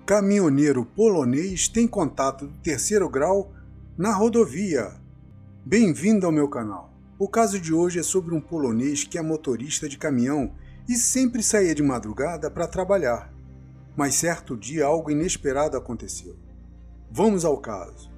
Caminhoneiro polonês tem contato do terceiro grau na rodovia. Bem-vindo ao meu canal. O caso de hoje é sobre um polonês que é motorista de caminhão e sempre saía de madrugada para trabalhar. Mas certo dia algo inesperado aconteceu. Vamos ao caso.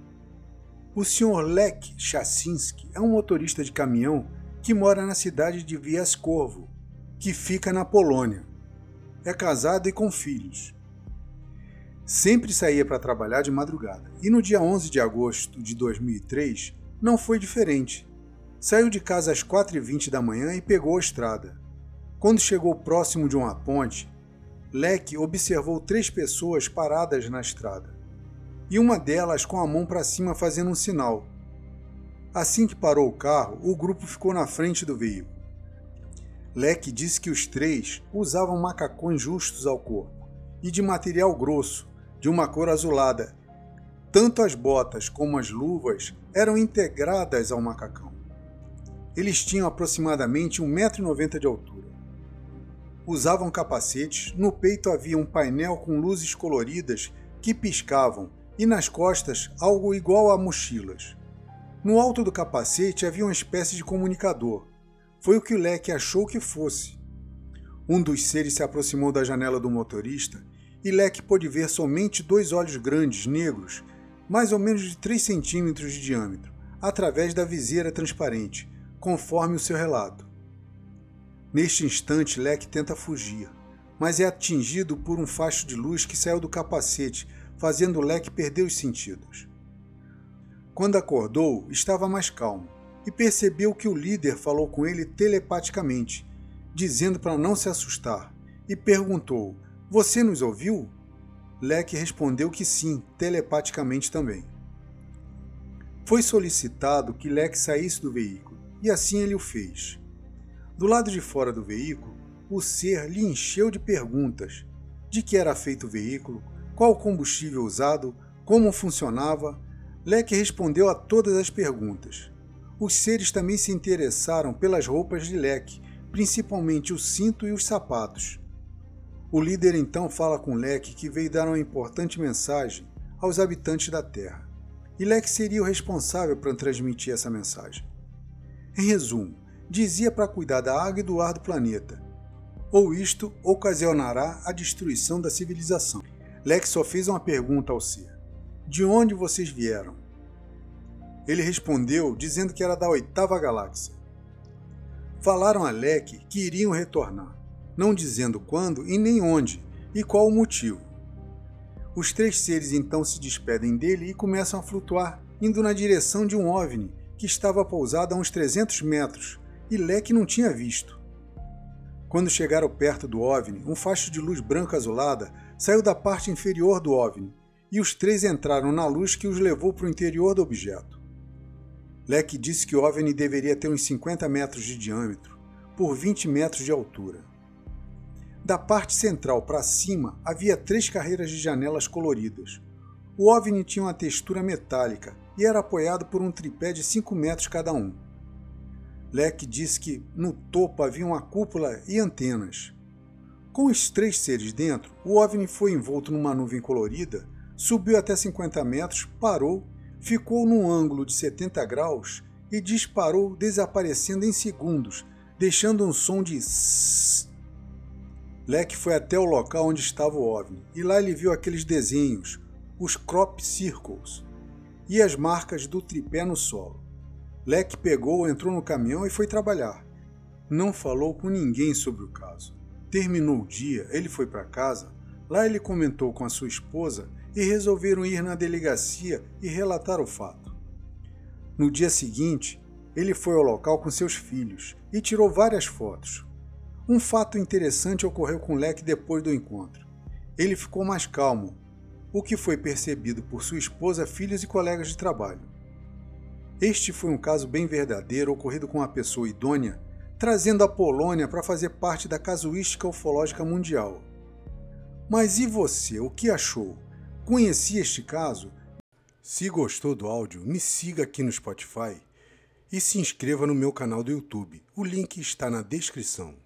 O Sr. Lech Chasinski é um motorista de caminhão que mora na cidade de Wierzchowo, que fica na Polônia. É casado e com filhos. Sempre saía para trabalhar de madrugada, e no dia 11 de agosto de 2003 não foi diferente. Saiu de casa às 4h20 da manhã e pegou a estrada. Quando chegou próximo de uma ponte, Lech observou 3 pessoas paradas na estrada, e uma delas com a mão para cima fazendo um sinal. Assim que parou o carro, o grupo ficou na frente do veículo. Lech disse que os 3 usavam macacões justos ao corpo e de material grosso, de uma cor azulada. Tanto as botas como as luvas eram integradas ao macacão. Eles tinham aproximadamente 1,90 m de altura. Usavam capacetes, no peito havia um painel com luzes coloridas que piscavam e nas costas algo igual a mochilas. No alto do capacete havia uma espécie de comunicador. Foi o que o Lech achou que fosse. Um dos seres se aproximou da janela do motorista e Lech pôde ver somente 2 olhos grandes, negros, mais ou menos de 3 centímetros de diâmetro, através da viseira transparente, conforme o seu relato. Neste instante, Lech tenta fugir, mas é atingido por um facho de luz que saiu do capacete, fazendo Lech perder os sentidos. Quando acordou, estava mais calmo e percebeu que o líder falou com ele telepaticamente, dizendo para não se assustar, e perguntou: "Você nos ouviu?" Lech respondeu que sim, telepaticamente também. Foi solicitado que Lech saísse do veículo, e assim ele o fez. Do lado de fora do veículo, o ser lhe encheu de perguntas: de que era feito o veículo, qual o combustível usado, como funcionava. Lech respondeu a todas as perguntas. Os seres também se interessaram pelas roupas de Lech, principalmente o cinto e os sapatos. O líder então fala com Lech que veio dar uma importante mensagem aos habitantes da Terra, e Lech seria o responsável por transmitir essa mensagem. Em resumo, dizia para cuidar da água e do ar do planeta, ou isto ocasionará a destruição da civilização. Lech só fez uma pergunta ao ser: de onde vocês vieram? Ele respondeu dizendo que era da 8ª galáxia. Falaram a Lech que iriam retornar, não dizendo quando e nem onde e qual o motivo. Os 3 seres então se despedem dele e começam a flutuar, indo na direção de um OVNI que estava pousado a uns 300 metros e Lech não tinha visto. Quando chegaram perto do OVNI, um facho de luz branca azulada saiu da parte inferior do OVNI e os 3 entraram na luz que os levou para o interior do objeto. Lech disse que o OVNI deveria ter uns 50 metros de diâmetro, por 20 metros de altura. Da parte central para cima havia 3 carreiras de janelas coloridas. O OVNI tinha uma textura metálica e era apoiado por um tripé de 5 metros cada um. Lech disse que no topo havia uma cúpula e antenas. Com os 3 seres dentro, o OVNI foi envolto numa nuvem colorida, subiu até 50 metros, parou, ficou num ângulo de 70 graus e disparou, desaparecendo em segundos, deixando um som de sssss. Lech foi até o local onde estava o OVNI e lá ele viu aqueles desenhos, os crop circles, e as marcas do tripé no solo. Lech pegou, entrou no caminhão e foi trabalhar. Não falou com ninguém sobre o caso. Terminou o dia, ele foi para casa, lá ele comentou com a sua esposa e resolveram ir na delegacia e relatar o fato. No dia seguinte, ele foi ao local com seus filhos e tirou várias fotos. Um fato interessante ocorreu com Lech depois do encontro. Ele ficou mais calmo, o que foi percebido por sua esposa, filhos e colegas de trabalho. Este foi um caso bem verdadeiro ocorrido com uma pessoa idônea, trazendo a Polônia para fazer parte da casuística ufológica mundial. Mas e você, o que achou? Conhecia este caso? Se gostou do áudio, me siga aqui no Spotify e se inscreva no meu canal do YouTube. O link está na descrição.